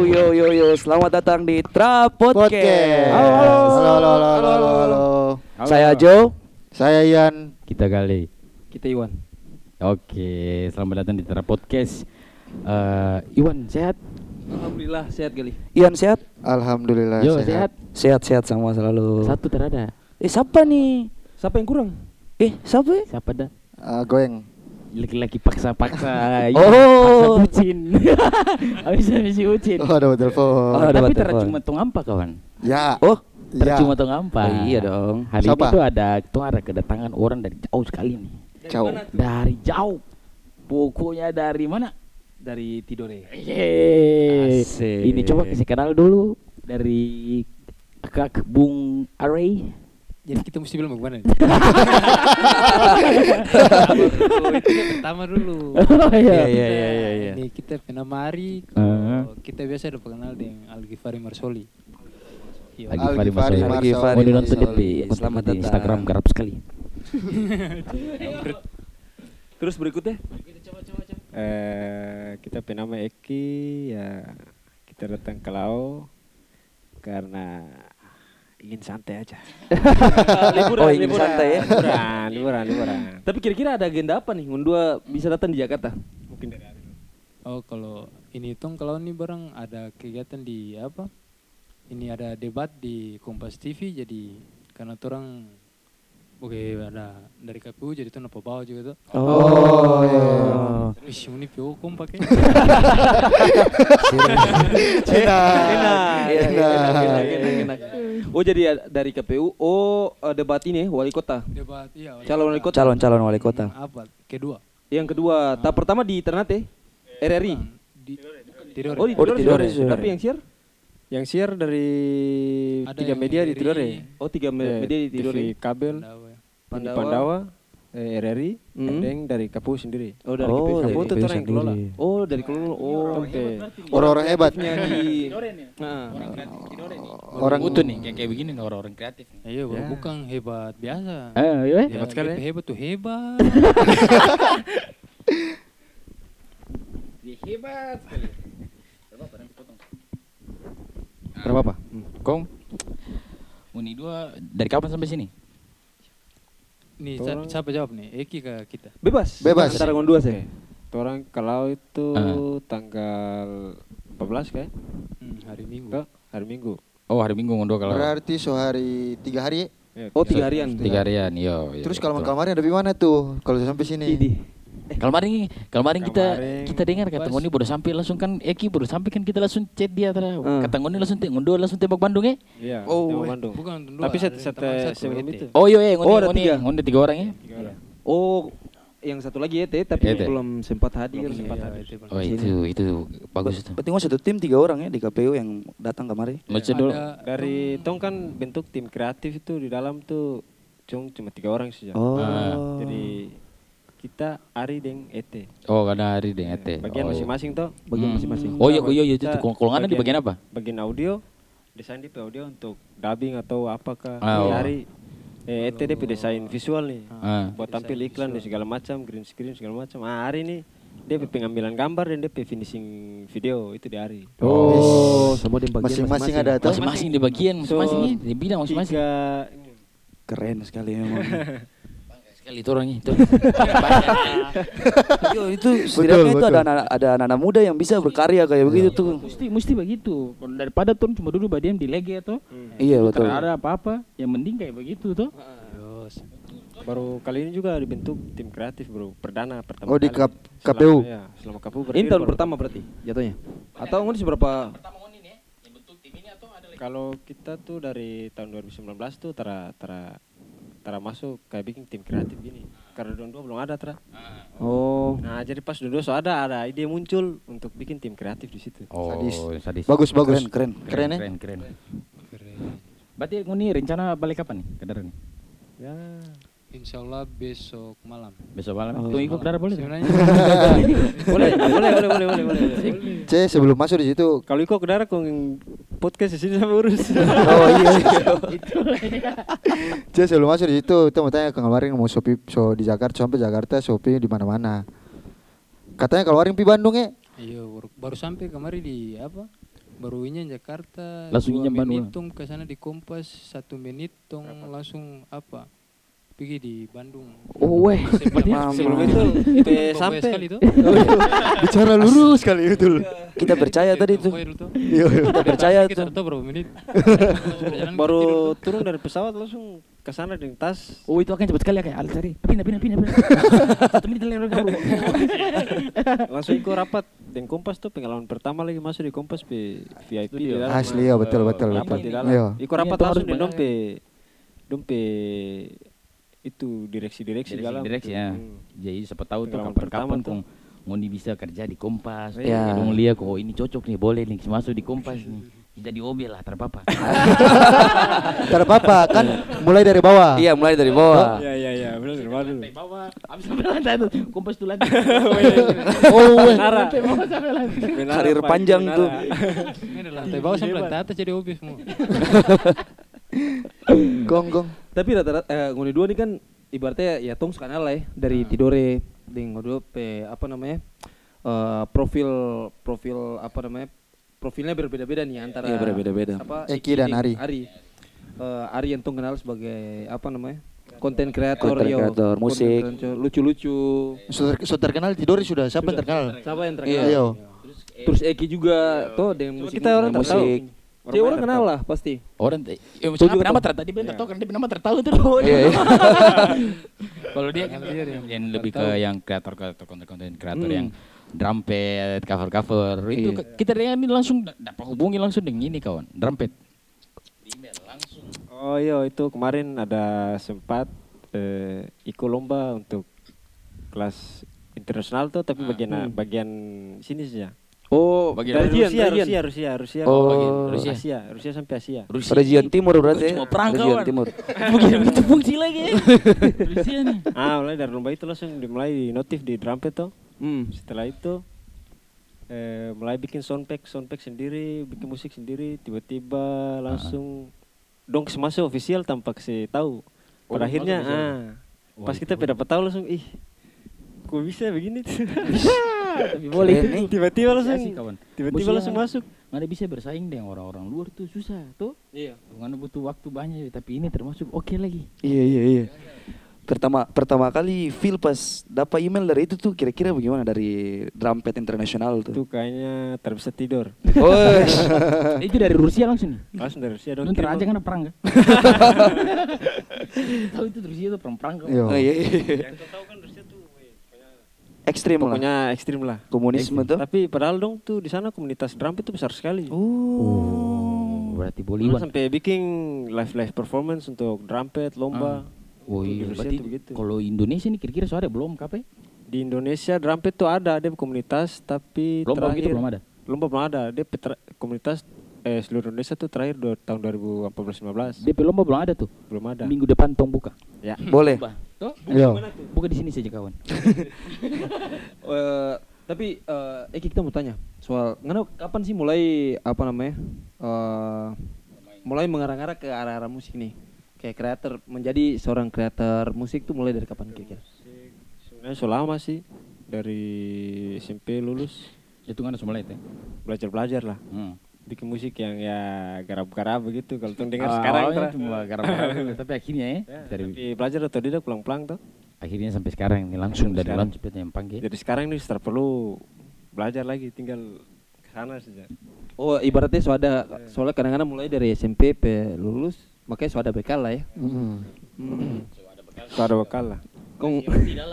Yo, selamat datang di Trap Podcast. Halo. Saya Joe. Saya Ian. Kita Gali. Kita Iwan. Oke, selamat datang di Trap Podcast. Iwan sehat? Alhamdulillah sehat kali. Ian sehat? Alhamdulillah Yo sehat. Sehat sama selalu. Satu terada. Siapa nih? Siapa yang kurang? Siapa? Siapa dah? Goeng. Laki-laki paksa-paksa. Oh. Paksa bucin. Habis ucin. Oh, ada telepon. ada Tapi telepon. cuma tong ampa kawan. Ya. Oh, Ya. Cuma tong ampa. Oh, iya dong. Hari Siapa? ini tuh ada kedatangan orang dari jauh sekali nih. Ciao. Dari jauh. Pokoknya dari mana? Dari Tidore. Yeay. Asik. Ini coba kasih kenal dulu dari Kak Bung Array. Jadi kita mesti bilang bagaimana nih? Pertama dulu. Oh iya. Iya. Ini kita penama Ari. Kalau kita biasa udah kenal dengan Algifari Marsoli. Iya. Algifari Marsoli. Algifari Mau dinonton Marsoli. di Selamat datang. Instagram garap sekali. Terus berikutnya? Kita penama Eki, ya kita datang ke Lau karena ingin santai aja. Oh, ingin santai ya? Liburan. Tapi kira-kira ada agenda apa nih? Undua bisa datang di Jakarta? Mungkin dari hari. Oh kalau ini tong kalau ini bareng ada kegiatan di apa? Ini ada debat di Kompas TV jadi karena orang oke ada dari KPU jadi tuh napa bawa juga tuh. Oh, iya. Wih, ini PO kom pakai. Enak. Oh jadi dari KPU. Oh debat ini wali kota. Debat iya. Calon wali kota. Calon wali kota. Apa? Kedua. Yang kedua. Tahap pertama di Ternate. RRI. Di Tidore. Oh di Oh, di Tidore. Tidore. Tapi yang share? Yang share dari Ada 3 yang media di dari- Tidore. Oh 3 media di Tidore. TV kabel, Pandawa ya. Pandawa, RRI, Hmm. dan dari KPU sendiri. Oh dari Oh, KPU. dari KPU itu KPU orang yang kelola. sendiri. Oh dari Kelulu. Oh. Orang-orang hebat. Kreatifnya di. Nah. Orang Butuh nih kayak begini nih orang-orang kreatif. Iya, bukan hebat biasa. Iya. Hebat sekali. Hebat tuh hebat. Hebat sekali. Berapa apa? Kong. Uni 2 dari kapan sampai sini? Nih, Orang- siapa jawab nih? Eki ke kita? Bebas. Bebas. Antara dua saya. Orang kalau itu tanggal 14 kayak, Hari Minggu. Tuh, hari Minggu. Oh, hari Minggu ngondo kalau. berarti sehari 3 hari. Ya, Oh 3 harian. 3 harian, yo. Terus kalau kemarin ada di mana tuh? Kalau sampai sini. Idi. Kemarin Kemarin kita dengar kata Ngoni baru sampai langsung kan Eki baru sampai kan kita langsung chat dia kata Ngoni langsung tembak Bandung ya. Iya, Oh, Tembak Bandung. Bukan dua. Tapi ada yang teman satu, sebelum ET. itu. Oh iya Ngoni Oh, ada Ngoni 3. Ngoni 3 orang ya. Oh, yang satu lagi ET tapi ET. belum sempat hadir. Oh itu bagus itu. Berarti satu tim 3 orang ya di KPU yang datang kemarin. Maksud dulu. Dari Tong kan bentuk tim kreatif itu di dalam tuh cuma 3 orang saja. Oh. Jadi kita Ari dan ET. Oh, karena hari deh ete. Bagian masing-masing tuh. Bagian masing-masing. Oh iya itu Kita kalau ngana di bagian apa? Bagian audio, desain DP audio untuk dubbing atau apakah. Oh. Ari ET DP desain visual nih. Ah. Buat tampil iklan dan segala macam, green screen segala macam. Ari nih dia pengambilan gambar dan dia finishing video itu di Ari. Oh, semua di bagian Masing-masing ada tuh. Masing-masing di bagian masing-masing ya, di bidang masing-masing. Keren sekali memang. Sekali itu orangnya itu. Yo, itu setidaknya itu ada anak-anak muda yang bisa berkarya kayak begitu tuh. Mesti begitu. Kalau daripada tuh cuma duduk badiam di lege tuh. Iya betul. Ada apa-apa, yang mending kayak begitu tuh. Baru kali ini juga dibentuk tim kreatif bro, perdana pertama Oh, di kali. KPU? Selama KPU Ini tahun baru- pertama berarti jatuhnya. Atau ngoni seberapa? Kalau kita tuh dari tahun 2019 tuh tara masuk kayak bikin tim kreatif gini. Karena dua belum ada Oh. Nah jadi pas dua so ada ide muncul untuk bikin tim kreatif di situ. Oh, sadis. Bagus. Keren. Keren ya? Keren. Berarti Ngoni rencana balik kapan nih ke Dara nih? Ya. Insya Allah besok malam. Besok malam. Tuh ikut ke Dara boleh? Sebenarnya boleh. C sebelum masuk di situ. Kalau Iko ke daerah kong podcast di sini sama urus. Oh iya. C sebelum masuk di situ, itu mau tanya kemarin mau Shopee di Jakarta, sampai Jakarta Shopee di mana-mana. Katanya kalau waring pi Bandung ya. iya baru sampai kemarin di apa? baru ini Jakarta Langsung 2 injam Bandung. menit tong ke sana di Kompas 1 menit tong langsung apa pergi di Bandung. Oh weh. Sebelum itu Sampai sekali tuh. Bicara lurus kali itu. Kita percaya tadi tuh. Kita percaya Kita tuh. tahu berapa menit. baru turun dari pesawat langsung ke sana dengan tas. Oh itu akan cepat sekali kayak Alex tadi. Pindah. 1 menit lewat kamu. Langsung ikut rapat dengan Kompas tuh pengalaman pertama lagi masuk di Kompas VIP di dalam. Asli ya betul. Rapat di dalam. Iya. Ikut rapat Iya, langsung harus di dompe itu direksi dalam. Direksi ya. Jadi siapa tahu tuh Pengalaman kapan-kapan pertama kong Ngondi bisa kerja di Kompas. Iya. Dong lihat kok ini cocok nih, boleh nih masuk di Kompas nih. Jadi OB lah, terpapa. Tak apa kan mulai dari bawah. Iya, mulai dari bawah. Iya, benar dari dulu. Bawah, habis sampai lantai tuh. Kompas tuh lantai. Oh weh. Karir panjang tuh. Ini lantai bawah sampai lantai atas jadi hobi semua. Gong. Tapi rata-rata Ngoni dua nih kan ibaratnya ya tong kenal lah ya dari Tidore dengan Ngoni dua apa namanya profil apa namanya profilnya berbeda-beda nih antara Iya, berbeda-beda. apa Eki dan Ari. Ari yang tong kenal sebagai apa namanya konten kreator, Content creator, musik. lucu-lucu. So terkenal Tidore sudah. Siapa yang terkenal? Siapa yang terkenal? Iya. Terus Eki juga tuh dengan musik. Kita orang musik. musik. Dia orang kenal lah pasti. Orang misalnya nama tadi bilang tahu kan dia nama tertahu tuh. Iya. Kalau dia kan yang lebih ke yang kreator konten kreator yang drumpet, cover itu kita dengan ini langsung dapat hubungi langsung dengan ini kawan, drumpet. Di email langsung. Oh iya itu kemarin ada sempat ikut lomba untuk kelas internasional tuh tapi bagian sini saja. Oh, bagian Dari region. Rusia. Oh, Rusia sampai Asia. Region Timur berarti. Cuma perang Region kawan. Timur. Begitu fungsi lagi. Rusia nih. Mulai dari lomba itu langsung dimulai notif di drumpet tuh. Setelah itu mulai bikin soundpack sendiri, bikin musik sendiri, tiba-tiba langsung dong masuk official tanpa kasih tahu. Pada akhirnya pas kita dapat tahu langsung kok bisa begini tuh. Tapi boleh nih. Tiba-tiba langsung masuk. Mana bisa bersaing dengan orang-orang luar tuh susah tuh. Iya. Mana butuh waktu banyak tapi ini termasuk oke lagi. Iya. Pertama kali feel pas dapat email dari itu tuh kira-kira bagaimana dari Drumpet Internasional tuh? Itu kayaknya tak bisa tidur. Oh, Itu dari Rusia langsung nih. Langsung dari Rusia dong. Nonton aja kan perang kan? Tahu itu Rusia itu perang kan? Iya. iya. Yang tahu kan Rusia tuh Ekstrim lah. pokoknya ekstrim lah. Komunisme tuh. Tapi padahal dong tuh di sana komunitas drum itu besar sekali. Oh, berarti Malah Boliwan. sampai bikin live performance untuk drumpet lomba. Oh Di iya, Rusia berarti tuh begitu. kalau Indonesia nih kira-kira soalnya belum kape? Di Indonesia drumpet tuh ada komunitas tapi Lomba terakhir gitu belum ada? Lomba belum ada. Dia komunitas seluruh Indonesia tuh terakhir tahun 2014-15. DP lomba belum ada tuh. Belum ada. Minggu depan tong buka. Ya. Boleh. Tuh, Iya. buka di sini saja kawan. Tapi Eki kita mau tanya soal kapan sih mulai apa namanya mulai mengarah-arah ke arah-arah musik nih kayak kreator menjadi seorang kreator musik tuh mulai dari kapan kira-kira? Sebenarnya so lama sih dari SMP lulus Itu kan harus mulai teh. belajar lah. Bikin musik yang ya garap-garap begitu kalau tuh dengar sekarang awalnya tuh. cuma garap-garap dulu, tapi akhirnya Tapi belajar atau tidak pulang-pulang tuh. akhirnya sampai sekarang ini langsung dari Sekarang. launchpad yang panggil. Jadi sekarang ini sudah perlu belajar lagi tinggal ke sana saja. Oh ibaratnya soalnya kadang-kadang mulai dari SMP lulus makanya so ada bekal lah ya. So ada bekal lah. Di dalam.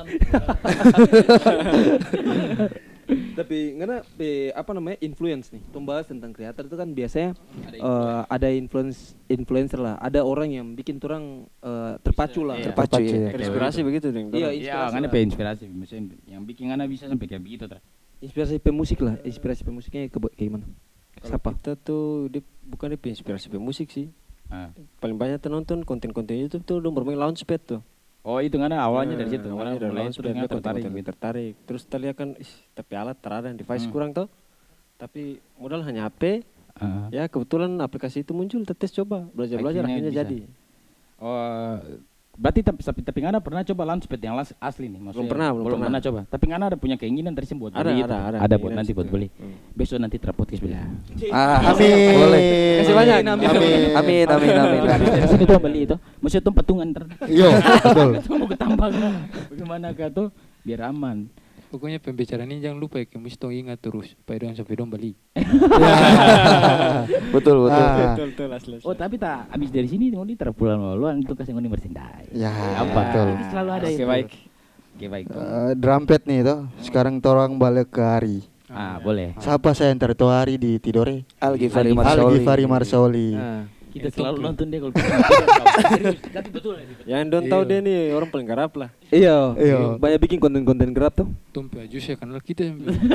Tapi karena apa namanya influence nih. Membahas tentang kreator itu kan biasanya ada influencer lah. Ada orang yang bikin orang terpacu lah. Iya. Terpacu ya. Inspirasi begitu deng. Iya, Iya, kan apa inspirasi, misalnya yang bikin anak bisa sampai kayak begitu ter. Inspirasi pemusik lah. Inspirasi pemusiknya kayak gimana? Siapa? Kita tuh bukan dia inspirasi pemusik sih. Paling banyak tuh nonton konten-konten YouTube tuh dong bermain launchpad tuh. Oh itu kan awalnya dari situ, Awalnya dari mulai launchpad dia tertarik. tertarik. Terus kita lihat kan, tapi alat terada, device kurang tuh. Tapi modal hanya HP. Ya kebetulan aplikasi itu muncul, tes coba belajar Akhirnya akhirnya bisa. jadi. Oh Berarti tapi ngana pernah coba launchpad yang asli nih maksudnya? Belum pernah. coba. Tapi ngana ada punya keinginan tadi buat Ada, beli itu. ada Ada buat keinginan nanti buat situ. beli. Besok nanti terpodcast beli. Amin. Boleh. Kasih banyak. Amin. Dari sini tuh beli itu. Maksudnya tuh patungan ntar. Yo, betul. Itu mau ketambang. Bagaimana kah tuh biar aman. Pokoknya pembicaraan ini jangan lupa ya, mesti tong ingat terus supaya dong sampai dong beli. Betul. Betul asli. Oh tapi tak habis dari sini ngoni terpulang laluan itu kasih ngoni merchandise. Ya, Apa? betul. Ini selalu ada Oke, itu. baik. Oke baik. Drumpet nih toh. Sekarang torang balik ke Ari. Boleh. Siapa saya yang tertua Ari di Tidore? Al-Ghifari Al-Ghifari Marsoli. Kita selalu nonton dia kalau serius. Tapi betul. Yang don't tahu dia nih orang paling garap lah. Iya. Iya. Banyak bikin konten-konten gerap tuh. Tumpe aja ya kenal kita.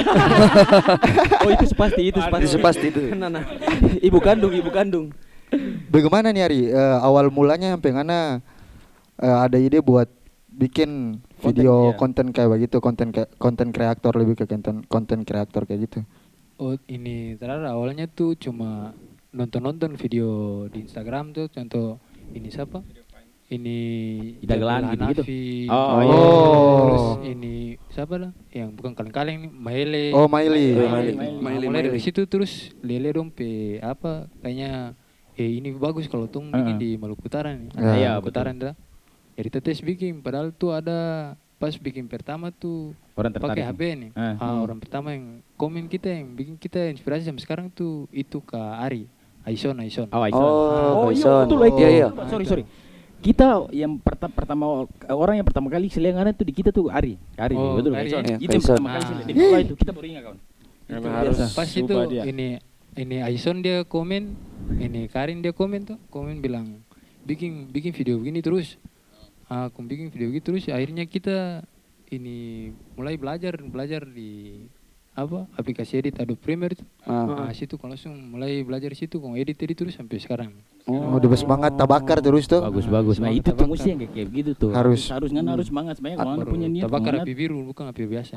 Oh itu pasti. Itu pasti itu. Nah. Ibu kandung. Bagaimana nih Ari? Awal mulanya sampai ngana ada ide buat bikin video konten kayak begitu, konten kreator, lebih ke konten kreator kayak gitu. Oh ini ternyata awalnya tuh cuma nonton video di Instagram tuh, contoh ini siapa? Ini Dagelan gitu-gitu. Hanafi. Oh, iya. Terus ini siapa lah? Yang bukan kaleng-kaleng nih, Maile. Oh, Maili. Mulai dari situ terus Lele dong apa kayaknya ini bagus kalau tuh bikin di Maluku Utara nih. Iya, Maluku Utara dah. Jadi tetes bikin padahal tuh ada pas bikin pertama tuh Orang tertarik. pakai HP nih. Orang pertama yang komen kita yang bikin kita inspirasi sampai sekarang tuh itu Kak Ari. Aison. Oh, Aison. Oh, iya Aison. betul itu. Iya. Sorry. Kita yang pertama orang yang pertama kali seliangan itu di kita tuh Ari. Oh, Betul. Ari. Aison. Iya, Itu yang Aison. pertama kali seliangan. Di bawah itu kita baru ingat kawan. Karena harus Pas itu ubah dia. ini Aison dia komen, ini Karin dia komen bilang bikin video begini terus. Aku bikin video gitu terus akhirnya kita ini mulai belajar di aplikasi edit Adobe Premiere itu. Situ kalau langsung mulai belajar situ kalau edit terus sampai sekarang. Oh, udah semangat tabakar terus tuh. Bagus. Nah, itu tuh mesti yang kayak gitu tuh. Harus harus semangat sebenarnya kalau anda punya niat. Tabakar semangat. api biru bukan api biasa.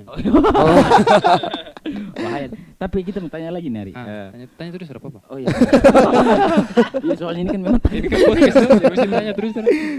Bahaya. Tapi kita mau tanya lagi nih Ari. Tanya terus apa? Oh iya. Iya soalnya ini kan memang Ini kan podcast mesti tanya terus.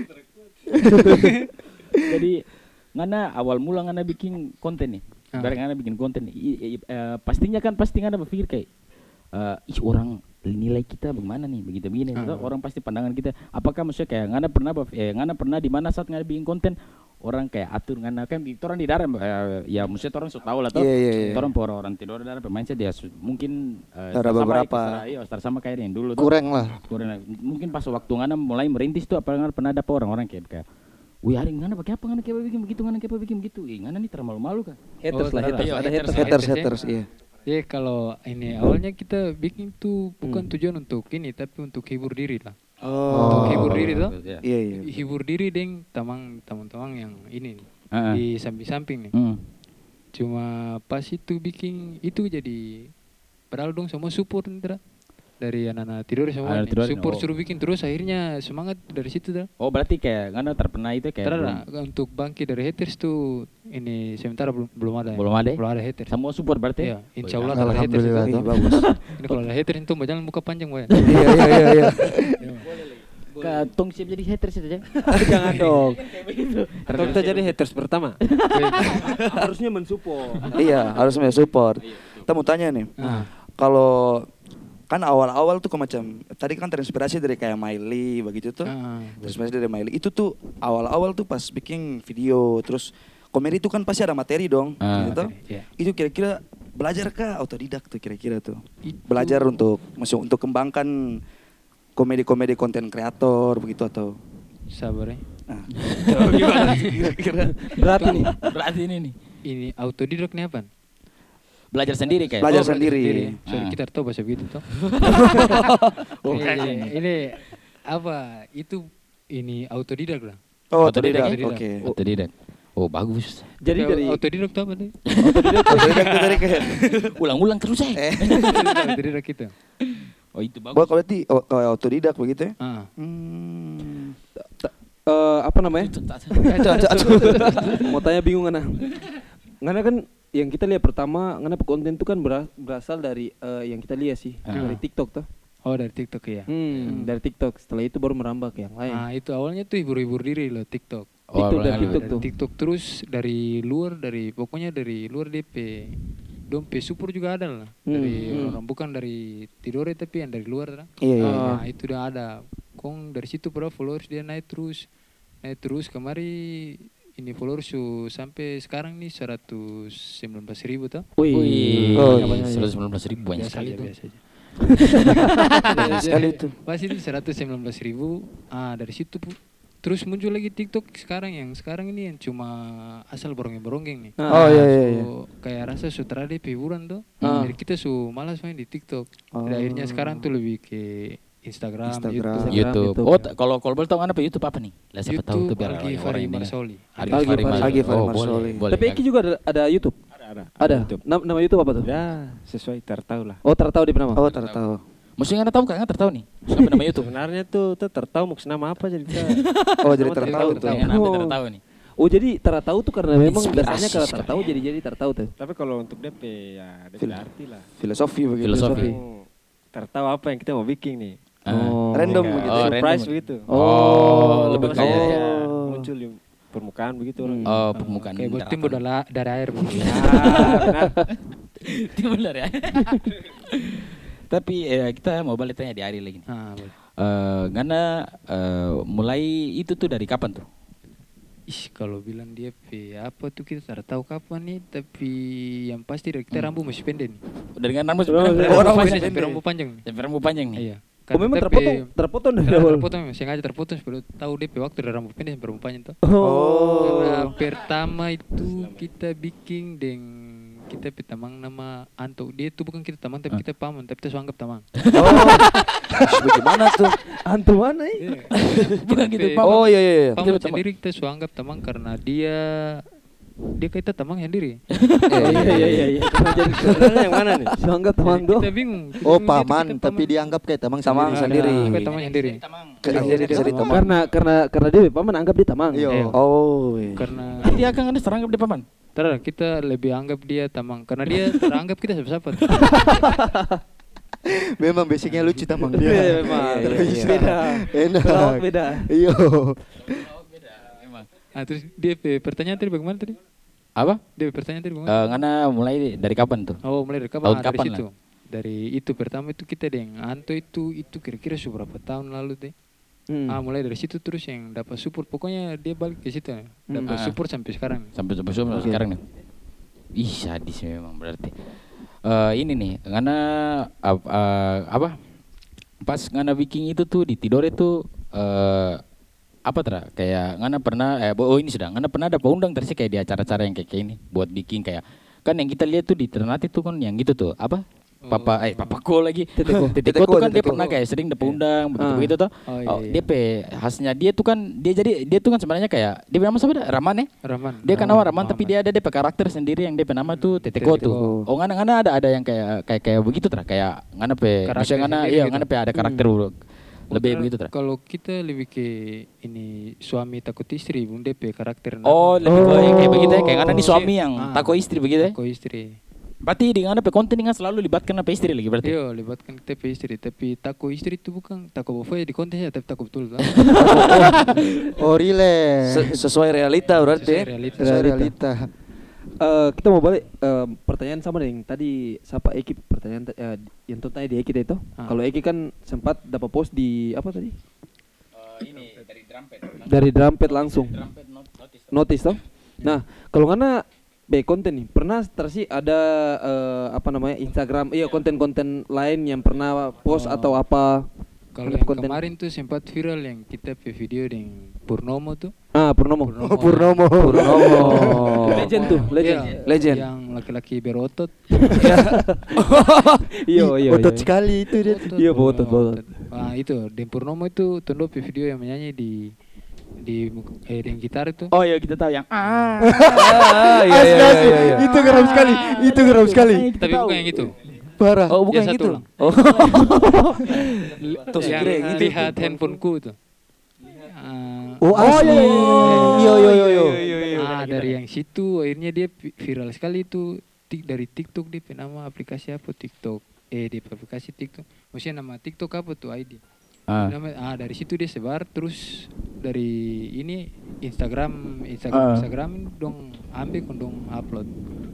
jadi ngana awal mula ngana bikin konten nih. Bareng ngana bikin konten pastinya kan ngana berpikir kayak ih orang nilai kita bagaimana nih begini. Orang pasti pandangan kita apakah maksudnya kayak ngana pernah di mana saat ngana bikin konten orang kayak atur ngana kan orang di dalam ya maksudnya orang sudah tahu lah toh. Orang orang tidur dalam pemainnya dia mungkin ada beberapa sama kayak yang dulu kurang lah. Mungkin pas waktu ngana mulai merintis tuh apa ngana pernah ada orang-orang kayak wih hari ngana pakai apa ngana kayak bikin begitu ngana nih terlalu malu kan haters iya. Ya kalau ini awalnya kita bikin tuh bukan tujuan untuk ini tapi untuk hibur diri lah. Untuk hibur diri tuh. Iya. Hibur diri deng teman-teman yang ini di samping-samping nih. Cuma pas itu bikin itu jadi padahal dong semua support nih dari anak-anak tidur semua nih. Support suruh bikin terus akhirnya semangat dari situ dah. Oh berarti kayak ngana terpernah itu kayak untuk bangkit dari haters tuh ini sementara belum ada haters. Semua support berarti? Iya, insya Allah ada haters. Bagus. Ini kalau ada haters itu jangan buka panjang boy. Iya. Tong siap jadi haters itu aja. Jangan dong. Kalau kita jadi haters pertama. Harusnya mensupport. Iya, harus support. Kita mau tanya nih. Kalau kan awal-awal tuh macam tadi kan terinspirasi dari kayak Miley begitu tuh. Terinspirasi dari Miley. Itu tuh awal-awal tuh pas bikin video terus komedi itu kan pasti ada materi dong, gitu. Itu kira-kira belajar kah otodidak tuh kira-kira tuh? Belajar untuk kembangkan komedi-komedi konten kreator begitu atau? Sabar ya. Nah, gimana kira-kira? Berat ini nih. Ini autodidak nih apa? Belajar sendiri kayak. Belajar sendiri. Sorry kita tahu bahasa begitu toh. Ini apa? Itu ini autodidak lah. Oh, otodidak. Oke. Autodidak. Oh bagus. Jadi dari autodidak itu apa nih? Otodidak itu dari kayak ulang-ulang terus Autodidak itu. Oh itu bagus. Kalau berarti kalau otodidak begitu ya? Apa namanya? Mau tanya bingung Ngana kan yang kita lihat pertama, ngana konten itu kan berasal dari yang kita lihat sih dari TikTok tuh. Oh dari TikTok ya. Dari TikTok. Setelah itu baru merambah ke yang lain. Nah itu awalnya tuh hibur-hibur diri loh TikTok. Itu dari TikTok Dari tuh. TikTok terus dari luar pokoknya dari luar DP. Dompe support juga ada lah. Dari orang bukan dari Tidore tapi yang dari luar lah. Iya. Nah itu udah ada. Kong dari situ pada followers dia naik terus kemari ini followers sampai sekarang nih 119.000 tuh. Wih, Oh, 119.000 banyak sekali tuh. Biasa aja. Sekali itu. Pas itu 119.000. Dari situ terus muncul lagi TikTok sekarang ini yang cuma asal beronggeng-beronggeng nih. Oh iya. Kayak rasa sutra DP hiburan tuh. Jadi kita malas main di TikTok. Jadi akhirnya sekarang tuh lebih ke Instagram. YouTube. Oh, kalau boleh tahu apa YouTube apa nih? Lah siapa tahu tuh biar Algi Fari Marsoli. Algi Fari Marsoli. Tapi Eki juga ada YouTube. Ada. YouTube. Nama YouTube apa tuh? Ya sesuai tertahu lah. Oh, tertahu di nama. Oh tertahu. Maksudnya nggak tahu kan? Nggak tertahu nih. Siapa nama YouTube? Sebenarnya tuh tertahu mau nama apa jadi kita. Oh jadi tertahu tuh. Yang nanti tertahu nih. Oh jadi tertahu tuh karena memang Inspirasi dasarnya kalau sekali. tertahu jadi tertahu tuh. Tapi kalau untuk DP ya DP arti lah. Filosofi begitu. Filosofi. Tertahu apa yang kita mau bikin nih. Random Kayak begitu. surprise random. begitu. Lebih Maksudnya kayak ya, muncul di permukaan begitu orang. permukaan. Kayak buat timbul dari air begitu. Benar. Timbul dari air. Tapi kita mau balik tanya di Ari lagi nih. Boleh. Karena mulai itu tuh dari kapan tuh? Kalau bilang dia apa tuh kita tidak tahu kapan nih, tapi yang pasti dari kita rambut masih pendek nih. Dengan rambut Rambut panjang nih. sampai rambut panjang nih. Iya. Oh memang Tapi- terpotong dari Karena awal. terpotong, sengaja terpotong sebelum tahu DP waktu dari rambut pendek sampai rambut panjang tuh. Oh. Karena pertama itu kita bikin kita teman nama Anto. Dia itu bukan kita teman tapi kita paman, tapi kita anggap teman. Bagaimana tuh? Antum mana ya? Bukan gitu, DP Pak. Oh iya. Paman sendiri kita anggap teman karena dia kita teman sendiri. Iya. Sebenarnya yang mana nih? Seanggap teman dong. Kita bingung. Kita Oh bingung, paman, kita tapi dianggap kayak teman Tamang sendiri. Kita teman sendiri. Jadi dari teman. Karena dia paman anggap dia teman. Iya. Oh iya. Karena Dia akan ada seranggap di paman. kita lebih anggap dia teman karena dia teranggap kita siapa-siapa. Memang basicnya lucu tamang dia. Iya, memang. Beda. Enak. Beda. Iya. Nah terus dia pertanyaan tadi bagaimana tadi? Apa? Dia pertanyaan tadi bagaimana? Karena mulai dari kapan tuh? Oh mulai dari Tahun kapan? Dari kapan situ. Dari itu pertama itu kita dengan Anto itu kira-kira seberapa tahun lalu deh. Mulai dari situ terus yang dapat support. Pokoknya dia balik ke situ. Dapat support sampai sekarang. Sampai sekarang nih. Ih sadis memang berarti. Ini nih karena apa? Pas ngana bikin itu tuh di Tidore tuh apa kayak ngana pernah ngana pernah ada undang terus kayak di acara-acara yang kayak ini buat bikin kayak kan yang kita lihat tuh di Ternate tuh kan yang gitu tuh apa Papako lagi Teteko tuh kan dia pernah kayak sering dapat undang begitu tuh DP khasnya dia tuh kan dia tuh kan sebenarnya kayak dia nama siapa Raman ya dia kan nama Raman tapi dia ada DP karakter sendiri yang DP nama tuh Teteko tuh ngana ada yang kayak begitu kayak ngana misalnya ngana iya ngana ada karakter lebih begitu kalau kita lebih ke ini suami takut istri bung DP karakter lebih kayak begitu ya kayak ngana nih suami yang takut istri begitu ya takut istri. Berarti dengan apa konten dengan selalu libatkan apa istri lagi berarti? Iya, libatkan kita istri, tapi takut istri itu bukan takut bawa di kontennya, tapi takut betul kan? Oh rile. Sesuai realita berarti. Sesuai realita. Kita mau balik pertanyaan sama yang tadi siapa Eki pertanyaan yang tanya di Eki itu. Kalau Eki kan sempat dapat post di apa tadi? Ini dari Drumpet. Dari Drumpet langsung. Notice toh. Nah, kalau ngana konten nih pernah tersi ada Instagram konten-konten lain yang pernah post atau apa kalau yang konten kemarin tuh sempat viral yang kita video dengan Purnomo tuh Purnomo legend tuh legend yang laki-laki berotot otot sekali itu dia otot itu dan Purnomo itu tunduk video yang menyanyi di dengan gitar itu. Oh iya kita tahu yang iya. Itu geram sekali. Tapi bukan yang gitu. Parah. Oh bukan yang gitu. Oh. Terus yang lihat handphoneku itu. Asli. Yo. Dari yang situ akhirnya dia viral sekali itu dari TikTok dia nama aplikasi apa TikTok di aplikasi TikTok. Maksudnya nama TikTok apa tuh ID? Dari situ dia sebar, terus dari ini Instagram dong ambil dong upload.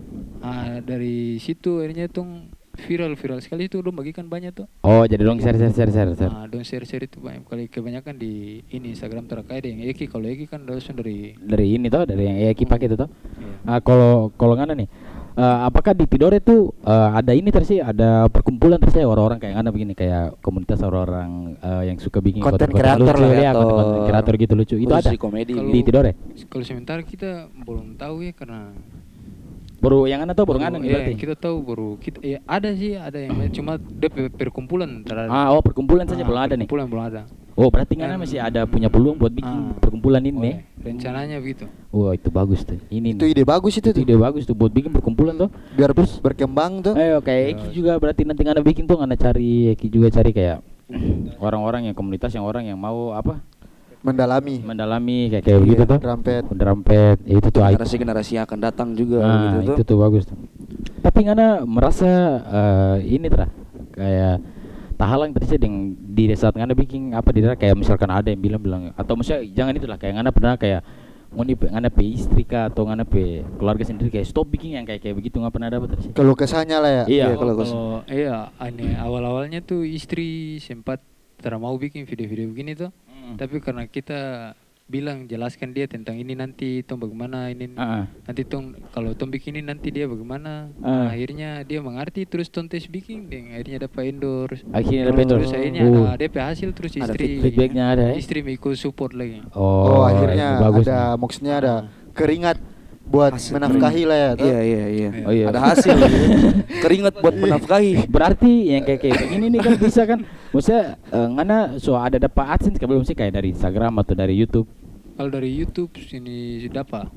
Dari situ akhirnya tuh viral sekali itu dong bagikan banyak tuh. Oh, jadi dong share. Dong share itu banyak kali, kebanyakan di ini Instagram terkait yang Eki. Kalau Eki kan langsung dari ini toh, dari yang Eki pakai itu toh. Kalau ngana nih, apakah di Tidore itu ada ini terus sih, ada perkumpulan terus ya orang-orang kayak ngana begini, kayak komunitas orang-orang yang suka bikin Konten konten kreator lucu lah ya, konten kreator gitu lucu. Itu ada komedi di Tidore. Kalau sementara kita belum tahu ya, karena Baru yang ngana tuh baru ngana nih berarti. Kita tahu baru kita ada yang cuma dia perkumpulan terhadap. Perkumpulan saja belum ada nih. Perkumpulan belum ada. Oh, berarti ngana masih ada punya peluang buat bikin perkumpulan ini. Rencananya begitu. Wah, itu bagus tuh. Itu ide bagus itu tuh. Ide bagus tuh buat bikin perkumpulan tuh. Biar berkembang tuh. Ayo kayak Eki juga berarti nanti ngana bikin tuh, ngana cari Eki juga cari kayak orang-orang yang komunitas yang orang yang mau mendalami kayak begitu tuh. Derampet. Itu tuh generasi yang akan datang juga gitu itu tuh bagus tuh. Tapi ngana merasa ini kayak tahalang terus di saat ngana bikin di daerah, kayak misalkan ada yang bilang atau misalnya jangan itulah, kayak ngana pernah kayak ngana pe istri kah atau ngana pe keluarga sendiri kayak stop bikin yang kayak begitu, nggak pernah dapat terus. Kalau kesannya lah ya. Iya, kalau aneh awal-awalnya tuh istri sempat mau bikin video-video begini tuh. Tapi karena kita bilang jelaskan dia tentang ini nanti tong bagaimana ini nanti tong kalau tong bikin ini nanti dia bagaimana, akhirnya dia mengerti, terus tong tes bikin dan akhirnya dapat endorse. Terus akhirnya ada DP hasil, terus istri feedbacknya ada ya? Istri ikut support lagi. Akhirnya ada maksudnya ada keringat buat menafkahi lah ya. Iya. Ada hasil. Keringat buat menafkahi. Berarti yang kayak begini nih kan bisa kan. Maksudnya ngana ada dapat AdSense belum sih, kayak dari Instagram atau dari YouTube? Kalau dari YouTube sini sudah dapat.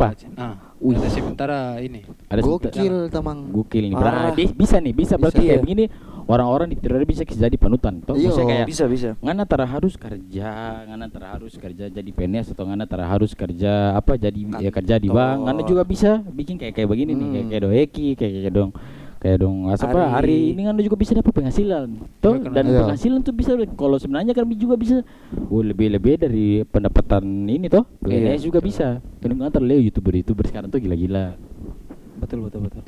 Ada sementara ini. Ada gokil tamang. Gokil nih. Berarti bisa berarti kayak begini orang-orang di Tidore bisa jadi panutan. Toh kayak bisa. Ngana harus kerja jadi PNS atau ngana harus kerja jadi kerja di bank. Ngana juga bisa bikin kayak begini nih, kayak Doeki, kayak dong hari ini kan juga bisa dapat penghasilan toh, dan penghasilan tuh bisa kalau sebenarnya kan juga bisa lebih dari pendapatan ini toh, PNS juga bisa. Kadang youtuber sekarang tuh gila-gila. Betul.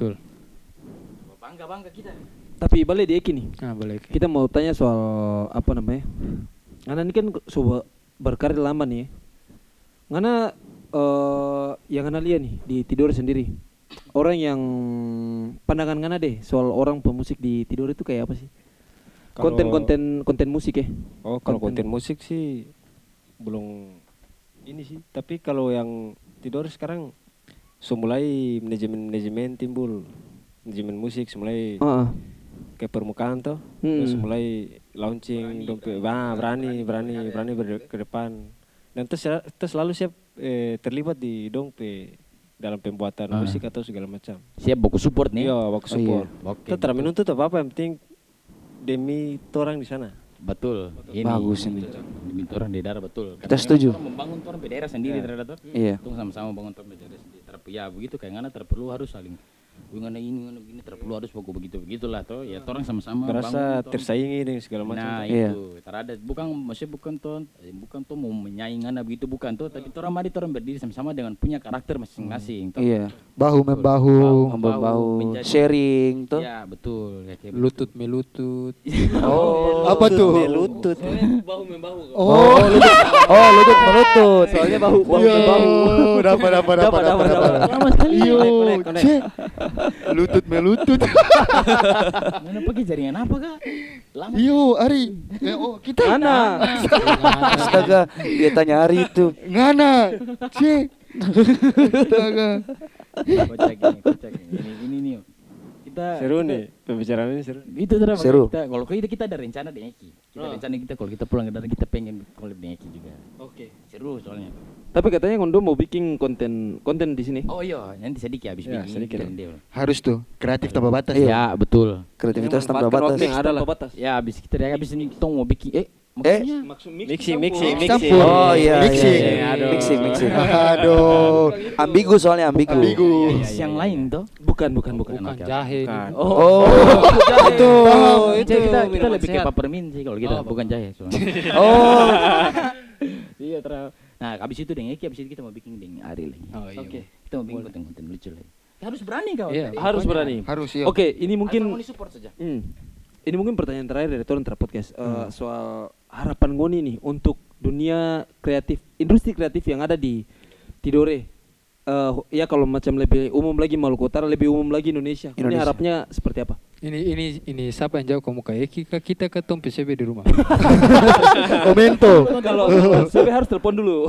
Bangga kita. Tapi balik di Eki nih. Balik. Kita mau tanya soal Ngana ini kan coba berkarir lama nih. Ngana yang Ngana lihat nih di Tidore sendiri, orang yang pandangan Ngana deh soal orang pemusik di Tidore itu kayak apa sih? Konten musik ya? Kalau konten musik sih belum ini sih. Tapi kalau yang Tidore sekarang mulai manajemen timbul, manajemen musik mulai ke permukaan tuh, terus mulai launching, berani ke depan. Dan terus selalu siap terlibat di dalam pembuatan musik atau segala macam. Siap baku support nih. Iya, baku support. Itu tak menuntut apa-apa, yang penting demi orang di sana. Betul. Ini bagus ini. Demi orang di daerah, betul. Kita setuju. Orang membangun orang di daerah sendiri terhadap. Iya. Itu sama-sama membangun orang di daerah sendiri. Ya begitu kayak ngana perlu harus saling ini perlu harus begitulah toh ya, orang sama-sama merasa tersaingi dengan segala macam. Nah itu terada bukan tuh mau menyaingkan begitu, bukan tuh, tapi orang berdiri sama-sama dengan punya karakter masing-masing toh. Iya, bahu membahu sharing tuh. Ya betul ya, kayak lutut melutut. Apa tuh melutut? Bahu membahu. Lutut melutut. Soalnya bahu membahu. Dapat. lama sekali. Lutut melutut. Mana pakai jaringan apa kak? Lama. Ari. Kita Ngana. Astaga, dia tanya Ari itu. Ngana. Astaga. Kocak ini nih. Kita seru nih, pembicaraan ini seru. Itu seru. Kalau kita ada rencana di Eki. Rencana kita kalau kita pulang ke daerah kita pengen collab di Eki juga. Oke. Seru soalnya. Tapi katanya Kondo mau bikin konten di sini. Oh iya, nanti sedikit habis bikin. Harus tuh, kreatif tanpa batas. Ya, betul. Kreativitas tanpa batas. Yang ada lah batas. Ya, habis ini tong mau bikin Mixing. Oh iya, Mixing. iya. Mixing. Aduh. Ambigu soalnya ambigu. Yang lain toh? Bukan. Bukan jahe. Oh. Itu kita lebih ke peppermint sih kalau kita, bukan jahe soalnya. Oh. Iya terus. Nah, habis itu dengan Eki, habis itu kita mau bikin dengan Ari lagi. Oh iya. Oke. Kita mau bikin konten lucu lagi. Harus berani kau. Iya. Harus berani. Harus ya. Oke, ini mungkin support saja. Ini mungkin pertanyaan terakhir dari Toron Podcast soal harapan Goni nih untuk dunia kreatif, industri kreatif yang ada di Tidore. Ya kalau macam lebih umum lagi Maluku Utara, lebih umum lagi Indonesia. Ini harapnya seperti apa? Ini siapa yang jawab, kamu kayak Eki kah kita ke Tom PCB di rumah? Momento. Kalau saya harus telepon dulu.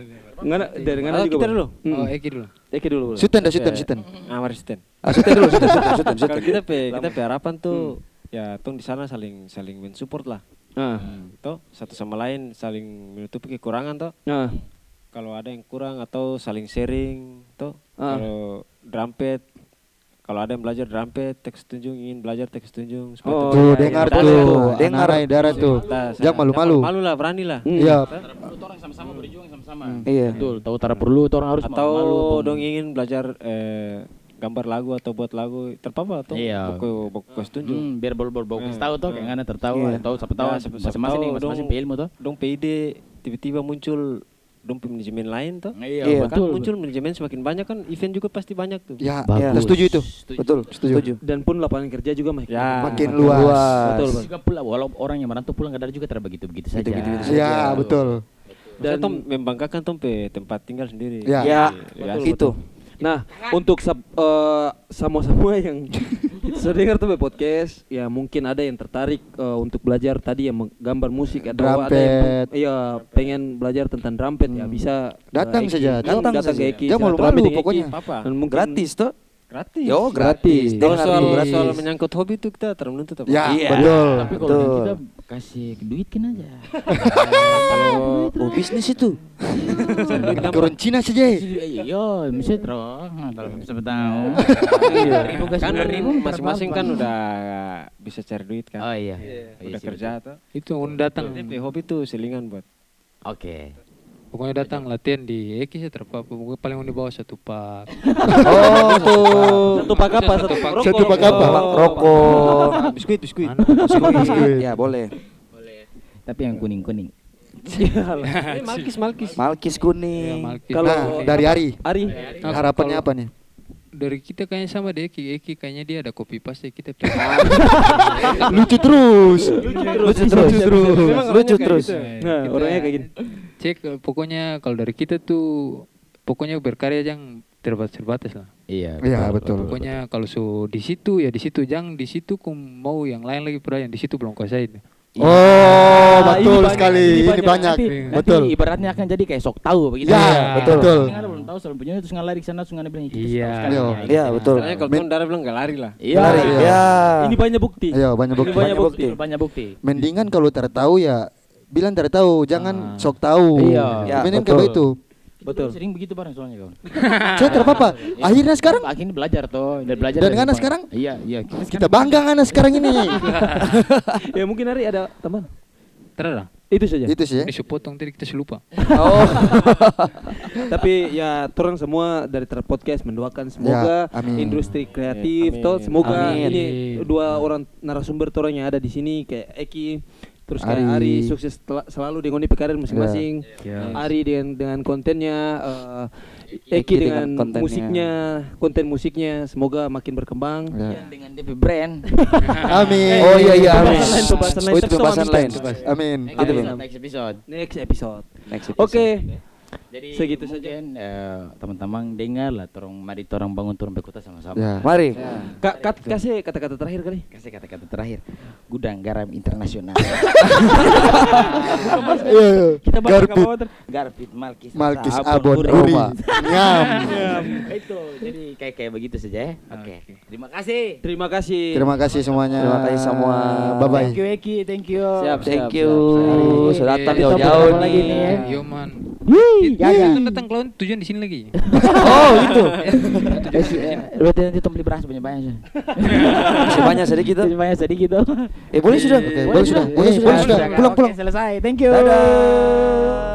Dari mana juga kita dulu. Oh, Eki dulu. Eki dulu. Suten. Mari Suten. Suten. Kalau kita pe harapan tuh ya tong di sana saling mensupport lah. Toh satu sama lain saling menutupi kekurangan toh. Kalau ada yang kurang atau saling sharing toh. Kalau drumpet, kalau ada yang belajar drumpet, teks tunjung ingin belajar teks tunjung. Tuh dengar tuh, dengar daerah tuh. Jangan malu-malu. Malu lah, berani lah. Iya. Orang sama-sama berjuang sama-sama. Iya. Betul. Tahu tara perlu orang harus atau malu. dong ingin belajar gambar lagu atau buat lagu terpapa atau buku tunjung. Biar bagus tahu toh kayak mana tertawa, tahu siapa tahu masing-masing ilmu toh. Dong PID tiba-tiba muncul dong manajemen lain toh. Iya, kan muncul manajemen semakin banyak kan event juga pasti banyak tuh. Ya, setuju itu. Betul, setuju. Dan pun lapangan kerja juga makin luas. Betul. Juga pula walau orang yang merantau pulang kadang juga begitu saja. Ya, betul. Dan tom membanggakan tom tempat tinggal sendiri. Ya, itu. Nah, untuk sama-sama yang sudah dengar tuh podcast, ya mungkin ada yang tertarik untuk belajar tadi yang gambar musik atau ada yang pengen belajar tentang drumpet ya bisa datang saja, datang ke Eki. Jangan malu-malu pokoknya. Gratis toh. Gratis. Yo, gratis. Soal menyangkut hobi itu kita termenuntut apa? Ya, betul. Tapi kalau kita kasih duit kan aja. Kalau bisnis itu. Turun Cina saja. Iya, bisa terus. Siapa tahu. Kan masing-masing kan udah bisa cari duit kan. Oh iya. Udah kerja atau? Itu datang. Tapi hobi itu selingan buat. Oke. Pokoknya datang latihan di Eki sih terpapa. Pokoknya paling di bawah 1 pak. Oh tuh. 1 pak apa? 1 pak apa? Rokok. Biskuit. Ya boleh. Tapi yang kuning-kuning. Malkis kuning. Kalau dari Ari, harapannya apa nih? Dari kita kayaknya sama deh Eki kayaknya dia ada copy paste kita. Lucu terus. Nah, orangnya kayak gini. Cek pokoknya kalau dari kita tuh pokoknya berkarya jangan terbatas lah. Iya. Iya, betul. Pokoknya kalau di situ jangan di situ mau yang lain lagi pernah yang di situ belum kuasain. Oh, betul sekali. Ini banyak. Betul. Ibaratnya akan jadi kayak sok tahu begitu. Ya, betul. Kan belum tahu soal punya terus ngalari ke sana terus bilang itu. Iya, betul. Soalnya kalau tuh bilang enggak lari lah. Iya. Ini banyak bukti. Iya, banyak bukti. Mendingan kalau tahu ya bilang tahu, jangan sok tahu. Iya. Mending kayak begitu. Betul. Sering begitu bareng soalnya kawan. Saya terpapa. Akhirnya sekarang belajar toh, dan belajar. Dan Ngana sekarang? Iya. Kita bangga Ngana sekarang ini. Ya mungkin Ari ada teman. Terada. Itu saja. Ini sepotong tadi kita lupa. Oh. Tapi ya turun semua dari Podcast mendoakan semoga industri kreatif toh semoga ini 2 orang narasumber orang yang ada di sini kayak Eki terus kayak Ari sukses selalu dengan karir masing-masing. Ari dengan kontennya, Eki dengan konten musiknya semoga makin berkembang. Dengan DP brand. Amin. Oh iya amin. Itu pembahasan lain. Amin. Next episode. Oke. Jadi segitu saja. Teman-teman dengar lah, mari orang bangun turun kota sama-sama. Ya. Mari. Kasih kata-kata terakhir kali. Kasih kata-kata terakhir. Gudang Garam Internasional. Kita Garpit Malkis Abon Roma. Nyam. Itu. Jadi kayak begitu saja ya. Oke. Terima kasih. Terima kasih semuanya. Terima kasih semua. Bye bye. Thank you Eki, thank you. Thank you. Sudah datang jauh-jauh nih. Yo man. Kita datang kalau tujuan di sini lagi. Oh gitu. Berarti nanti tong beli beras banyak-banyak sih. Sebanyak sedikit. Banyak sedikit. Boleh sudah. Boleh sudah. Pulang. Selesai. Thank you. Dadah.